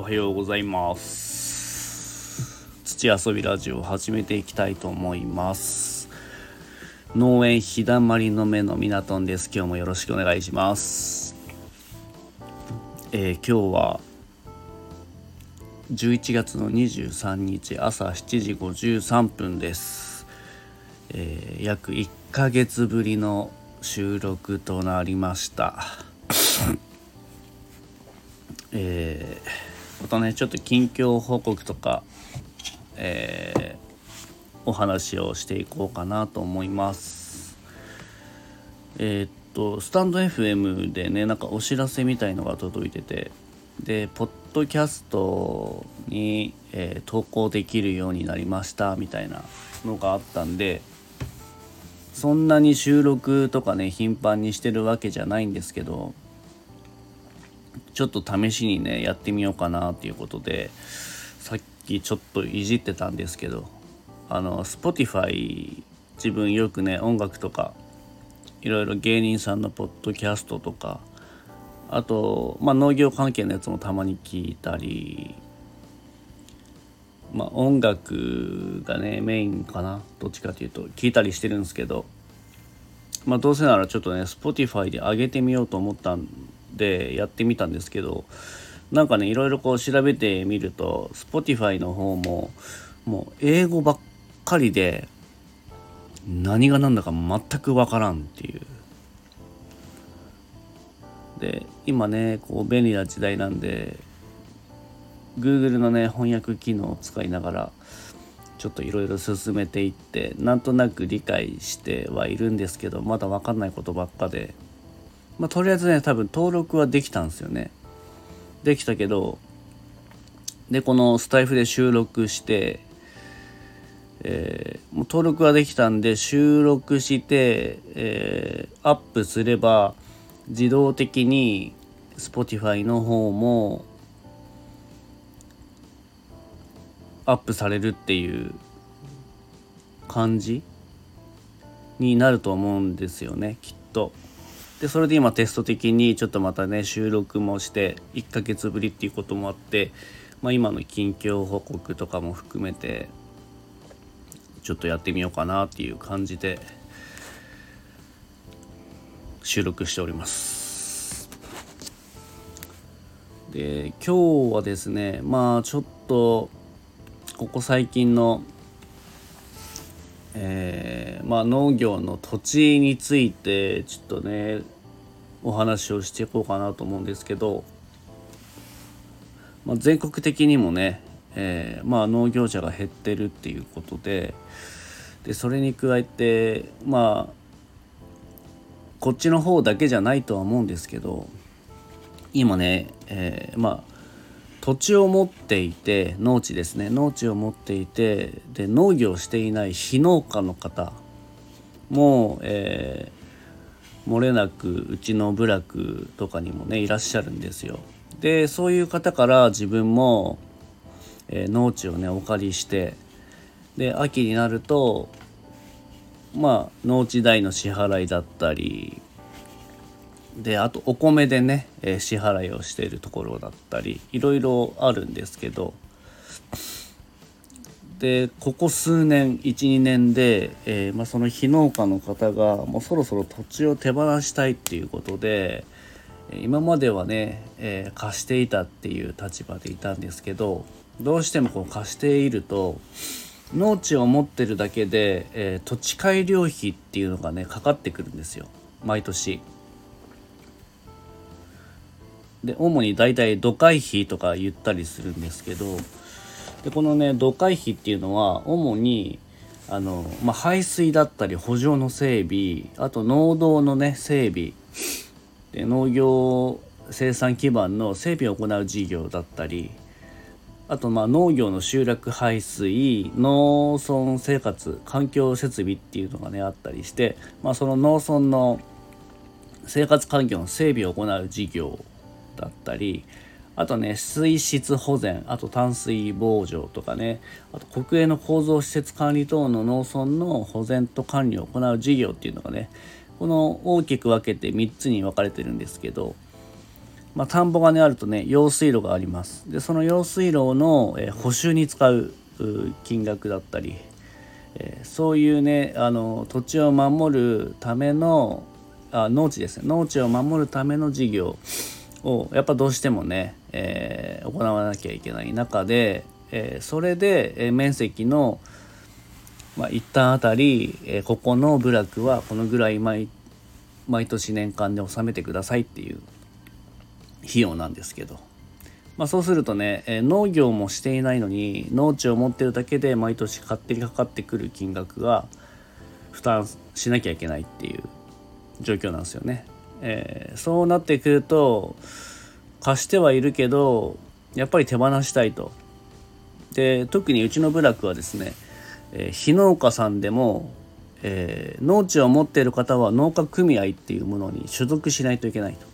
はようございます。土遊びラジオを始めていきたいと思います。農園日だまりの目のみなとんです。今日もよろしくお願いします。今日は11月の23日朝7時53分です。約1ヶ月ぶりの収録となりました。またねちょっと近況報告とか、お話をしていこうかなと思います。スタンド FM でねなんかお知らせみたいのが届いてて、でポッドキャストに、投稿できるようになりましたみたいなのがあったんで、そんなに収録とかね頻繁にしてるわけじゃないんですけど、ちょっと試しにねやってみようかなっていうことで、さっきちょっといじってたんですけど、Spotify 自分よくね音楽とかいろいろ芸人さんのポッドキャストとか、あと農業関係のやつもたまに聞いたり、音楽がねメインかな、どっちかというと聞いたりしてるんですけど、どうせならちょっとね Spotify で上げてみようと思ったんでやってみたんですけど、なんかねいろいろこう調べてみると Spotify の方ももう英語ばっかりで何が何だか全くわからんっていう。で今ねこう便利な時代なんで Google のね翻訳機能を使いながらちょっといろいろ進めていって、なんとなく理解してはいるんですけど、まだ分かんないことばっかで、とりあえずね多分登録はできたんですよね。できたけど、でこのスタイフで収録して、もう登録はできたんで収録して、アップすれば自動的に Spotify の方もアップされるっていう感じになると思うんですよね、きっと。でそれで今テスト的にちょっとまたね収録もして1ヶ月ぶりっていうこともあって、今の近況報告とかも含めてちょっとやってみようかなっていう感じで収録しております。で今日はですねちょっとここ最近の、農業の土地についてちょっとねお話をしていこうかなと思うんですけど、全国的にもね、農業者が減ってるっていうことで、それに加えてこっちの方だけじゃないとは思うんですけど、今ね、土地を持っていて農地ですね、農地を持っていてで農業をしていない非農家の方も、漏れなくうちの部落とかにもねいらっしゃるんですよ。でそういう方から自分も、農地をねお借りして、で秋になると農地代の支払いだったりで、あとお米でね、支払いをしているところだったりいろいろあるんですけど、でここ数年 1,2 年で、その非農家の方がもうそろそろ土地を手放したいっていうことで、今まではね、貸していたっていう立場でいたんですけど、どうしてもこう貸していると農地を持ってるだけで、土地改良費っていうのがねかかってくるんですよ、毎年。で主にだいたい土改費とか言ったりするんですけど、でこのね土改費っていうのは主に排水だったり圃場の整備、あと農道のね整備で農業生産基盤の整備を行う事業だったり、あと農業の集落排水、農村生活環境設備っていうのがねあったりして、その農村の生活環境の整備を行う事業だったり、あとね水質保全、あと淡水防除とかね、あと国営の構造施設管理等の農村の保全と管理を行う事業っていうのがね、この大きく分けて3つに分かれてるんですけど、 田んぼがねあるとね用水路があります。でその用水路の、補修に使う金額だったり、そういうね土地を守るための農地ですね、農地を守るための事業をやっぱどうしてもね、行わなきゃいけない中で、それで、面積の、一旦あたり、ここの部落はこのぐらい毎年年間で納めてくださいっていう費用なんですけど、そうするとね、農業もしていないのに農地を持ってるだけで毎年勝手にかかってくる金額が負担しなきゃいけないっていう状況なんですよね。そうなってくると貸してはいるけどやっぱり手放したいと。で特にうちの部落はですね、非農家さんでも、農地を持っている方は農家組合っていうものに所属しないといけないと。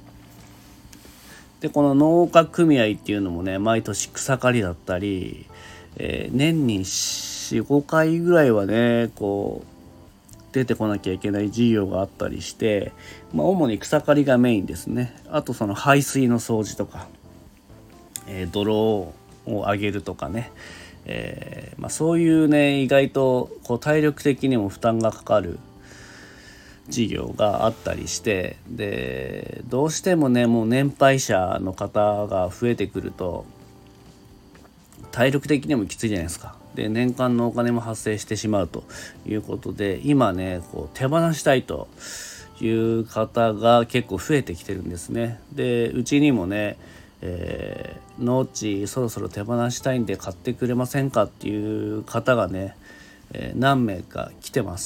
でこの農家組合っていうのもね毎年草刈りだったり、年に 4,5 回ぐらいはねこう出てこなきゃいけない事業があったりして、主に草刈りがメインですね。あとその排水の掃除とか、泥を上げるとかね、そういうね意外とこう体力的にも負担がかかる事業があったりして、でどうしてもねもう年配者の方が増えてくると体力的にもきついじゃないですか。で年間のお金も発生してしまうということで今ねこう手放したいという方が結構増えてきてるんですね。でうちにもね、農地そろそろ手放したいんで買ってくれませんかっていう方がね、何名か来てます。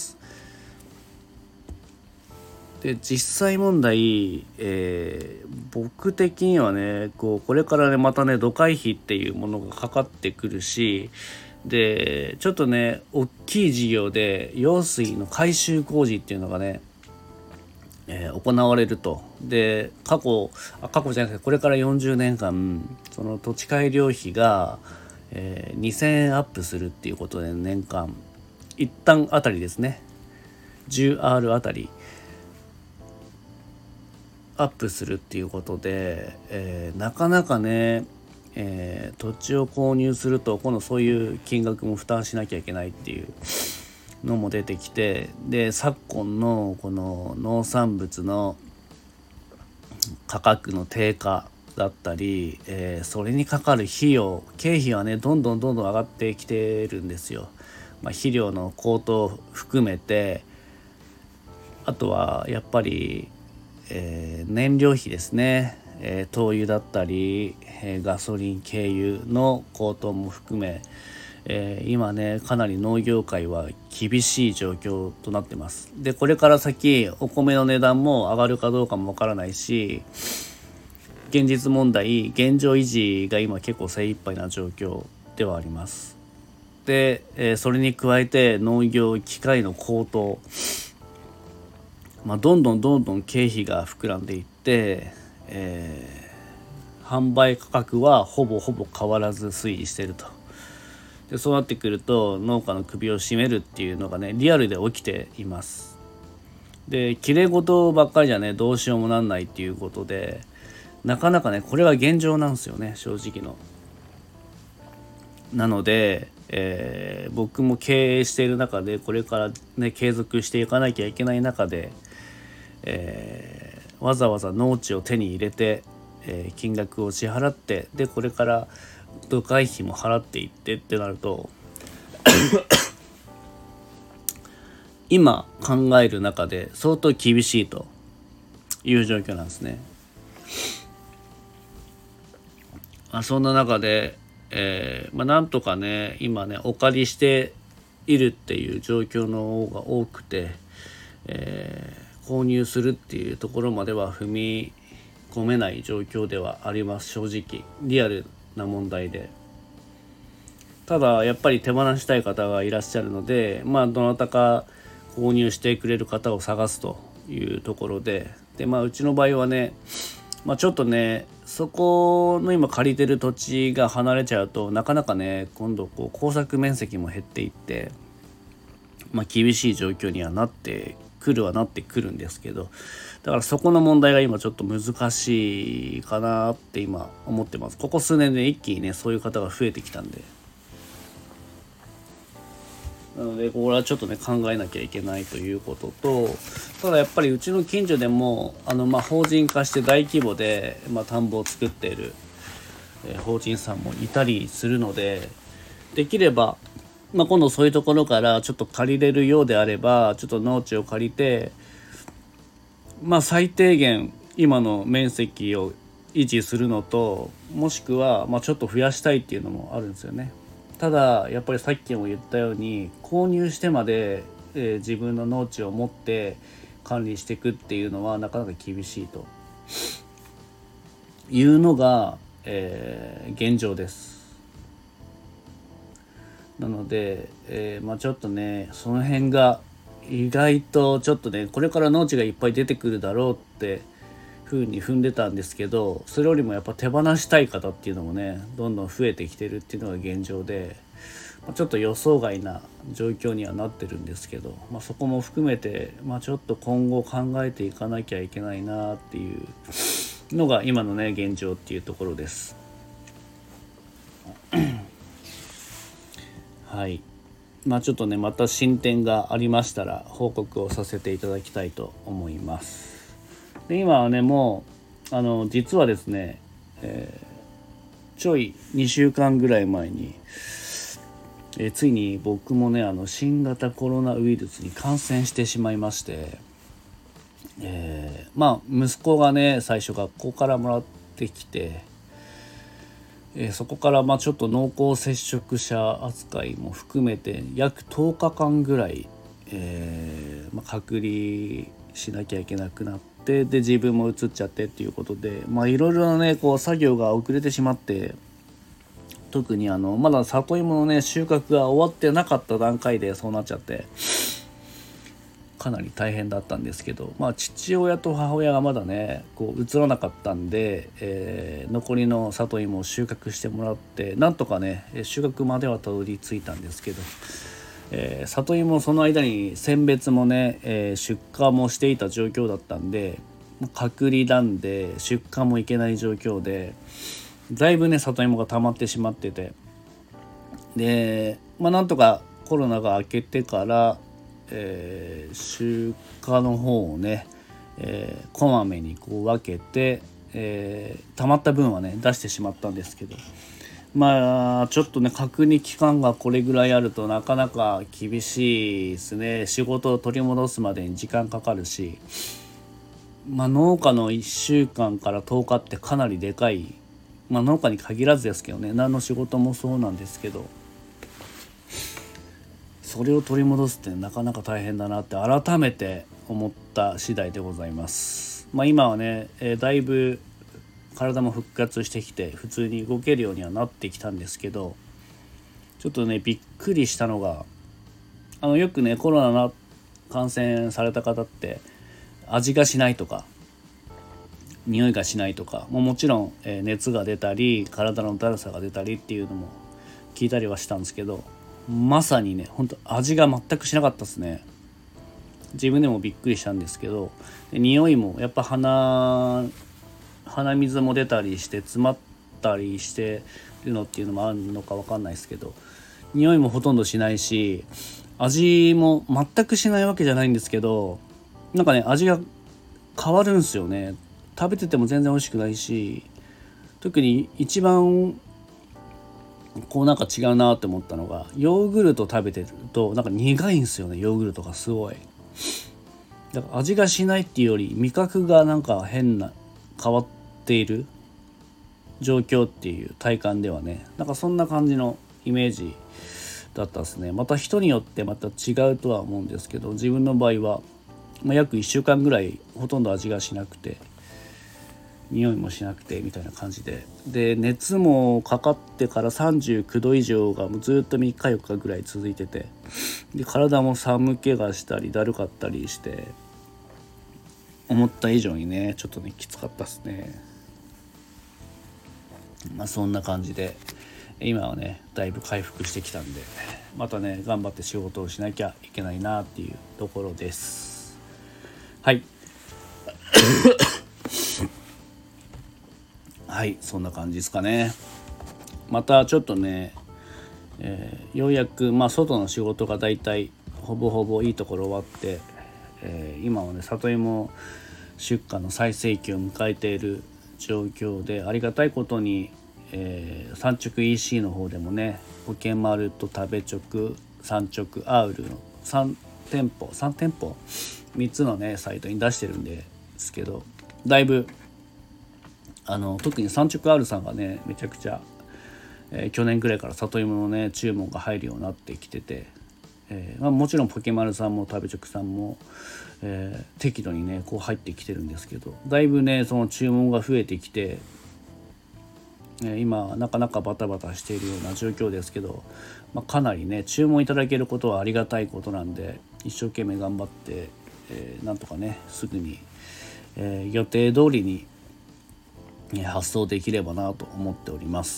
で実際問題、僕的にはねこれからねまたね土会費っていうものがかかってくるし、でちょっとね大きい事業で用水の改修工事っていうのがね、行われると。で過去じゃなくてこれから40年間その土地改良費が、2000円アップするっていうことで年間一旦あたりですね 10R あたりアップするっていうことで、なかなかね、土地を購入すると今度そういう金額も負担しなきゃいけないっていうのも出てきて、で昨今のこの農産物の価格の低下だったり、それにかかる費用経費はねどんどん上がってきてるんですよ。肥料の高騰を含めて、あとはやっぱり燃料費ですね、灯油だったり、ガソリン軽油の高騰も含め、今ねかなり農業界は厳しい状況となってます。でこれから先お米の値段も上がるかどうかもわからないし、現実問題現状維持が今結構精一杯な状況ではあります。で、それに加えて農業機械の高騰、どんどん経費が膨らんでいって、販売価格はほぼ変わらず推移していると。でそうなってくると農家の首を絞めるっていうのがねリアルで起きています。できれい事ばっかりじゃねどうしようもなんないっていうことで、なかなかねこれは現状なんですよね正直の。なので、僕も経営している中でこれからね継続していかなきゃいけない中で、わざわざ農地を手に入れて、金額を支払って、でこれから土会費も払っていってってなると今考える中で相当厳しいという状況なんですね。そんな中で、なんとかね今ねお借りしているっていう状況の方が多くて、購入するっていうところまでは踏み込めない状況ではあります。正直リアルな問題で。ただやっぱり手放したい方がいらっしゃるので、どなたか購入してくれる方を探すというところで、うちの場合はね、ちょっとねそこの今借りてる土地が離れちゃうとなかなかね今度工作面積も減っていって、厳しい状況にはなってくくるはなってくるんですけど、だからそこの問題が今ちょっと難しいかなって今思ってます。ここ数年で一気にねそういう方が増えてきたんで、なのでこれはちょっとね考えなきゃいけないということと、ただやっぱりうちの近所でも法人化して大規模で、田んぼを作っている、法人さんもいたりするので、できれば、今度そういうところからちょっと借りれるようであればちょっと農地を借りて、最低限今の面積を維持するのと、もしくはちょっと増やしたいっていうのもあるんですよね。ただやっぱりさっきも言ったように購入してまで、自分の農地を持って管理していくっていうのはなかなか厳しいというのが、現状です。なので、ちょっとねその辺が意外とちょっとねこれから農地がいっぱい出てくるだろうって風に踏んでたんですけど、それよりもやっぱ手放したい方っていうのもねどんどん増えてきてるっていうのが現状で、ちょっと予想外な状況にはなってるんですけど、そこも含めて、ちょっと今後考えていかなきゃいけないなっていうのが今のね現状っていうところです。はい、ちょっとねまた進展がありましたら報告をさせていただきたいと思います。で今はねもう実はですね、ちょい2週間ぐらい前に、ついに僕もね新型コロナウイルスに感染してしまいまして、息子がね最初学校からもらってきて、そこからちょっと濃厚接触者扱いも含めて約10日間ぐらい、隔離しなきゃいけなくなって、で自分も移っちゃってっていうことで、いろいろなねこう作業が遅れてしまって、特にまだ里芋のね収穫が終わってなかった段階でそうなっちゃってかなり大変だったんですけど、父親と母親がまだねこう移らなかったんで、残りの里芋を収穫してもらってなんとかね収穫まではたどり着いたんですけど、里芋その間に選別もね、出荷もしていた状況だったんで、隔離なんで出荷もいけない状況でだいぶね里芋が溜まってしまってて、でなんとかコロナが明けてから、出荷の方をね、こまめにこう分けて、溜まった分はね出してしまったんですけど、ちょっとね確認期間がこれぐらいあるとなかなか厳しいですね。仕事を取り戻すまでに時間かかるし、農家の1週間から10日ってかなりでかい、農家に限らずですけどね、何の仕事もそうなんですけど、それを取り戻すってなかなか大変だなって改めて思った次第でございます。今はね、だいぶ体も復活してきて普通に動けるようにはなってきたんですけど、ちょっとねびっくりしたのがよくねコロナの感染された方って味がしないとか匂いがしないとかもちろん、熱が出たり体のだるさが出たりっていうのも聞いたりはしたんですけど、まさにね本当味が全くしなかったですね。自分でもびっくりしたんですけど、匂いもやっぱ鼻水も出たりして詰まったりしてるのっていうのもあるのか分かんないですけど、匂いもほとんどしないし味も全くしないわけじゃないんですけど、なんかね味が変わるんですよね。食べてても全然美味しくないし、特に一番こうなんか違うなって思ったのがヨーグルト食べてるとなんか苦いんですよね。ヨーグルトがすごいだから味がしないっていうより味覚がなんか変わっている状況っていう体感ではね、なんかそんな感じのイメージだったですね。また人によってまた違うとは思うんですけど、自分の場合は、約1週間ぐらいほとんど味がしなくて匂いもしなくてみたいな感じで、熱もかかってから39度以上がもうずっと3日4日ぐらい続いてて、で体も寒気がしたりだるかったりして思った以上にねちょっとねきつかったですね。そんな感じで今はねだいぶ回復してきたんで、またね頑張って仕事をしなきゃいけないなっていうところです。 はいはいそんな感じですかね。またちょっとね、ようやく外の仕事がだいたいほぼほぼいいところ終わって、今はね里芋出荷の最盛期を迎えている状況で、ありがたいことに、産直 EC の方でもねポケマルと食べ直産直アウルの3店舗3つのねサイトに出してるんですけど、だいぶ特に産直 R さんがねめちゃくちゃ、去年くらいから里芋のね注文が入るようになってきてて、もちろんポケマルさんも食べ直さんも、適度にねこう入ってきてるんですけど、だいぶねその注文が増えてきて、今なかなかバタバタしているような状況ですけど、かなりね注文いただけることはありがたいことなんで、一生懸命頑張って、なんとかねすぐに、予定通りに発送できればなと思っております。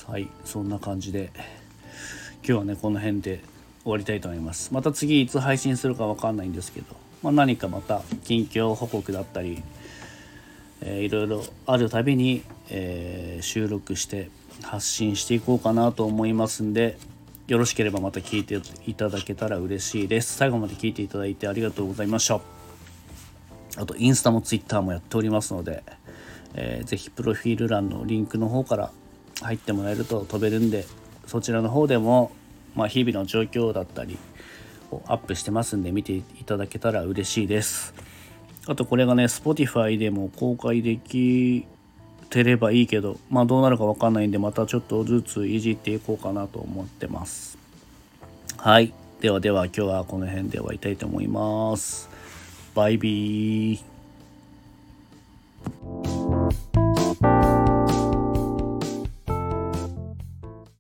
はい、そんな感じで今日はねこの辺で終わりたいと思います。また次いつ配信するか分かんないんですけど、何かまた近況報告だったり、いろいろあるたびに、収録して発信していこうかなと思いますんで、よろしければまた聞いていただけたら嬉しいです。最後まで聞いていただいてありがとうございました。あとインスタもツイッターもやっておりますので、ぜひプロフィール欄のリンクの方から入ってもらえると飛べるんで、そちらの方でも、日々の状況だったりをアップしてますんで見ていただけたら嬉しいです。あとこれがね Spotify でも公開できてればいいけど、どうなるか分かんないんで、またちょっとずついじっていこうかなと思ってます。はい、では今日はこの辺で終わりたいと思います。バイビー。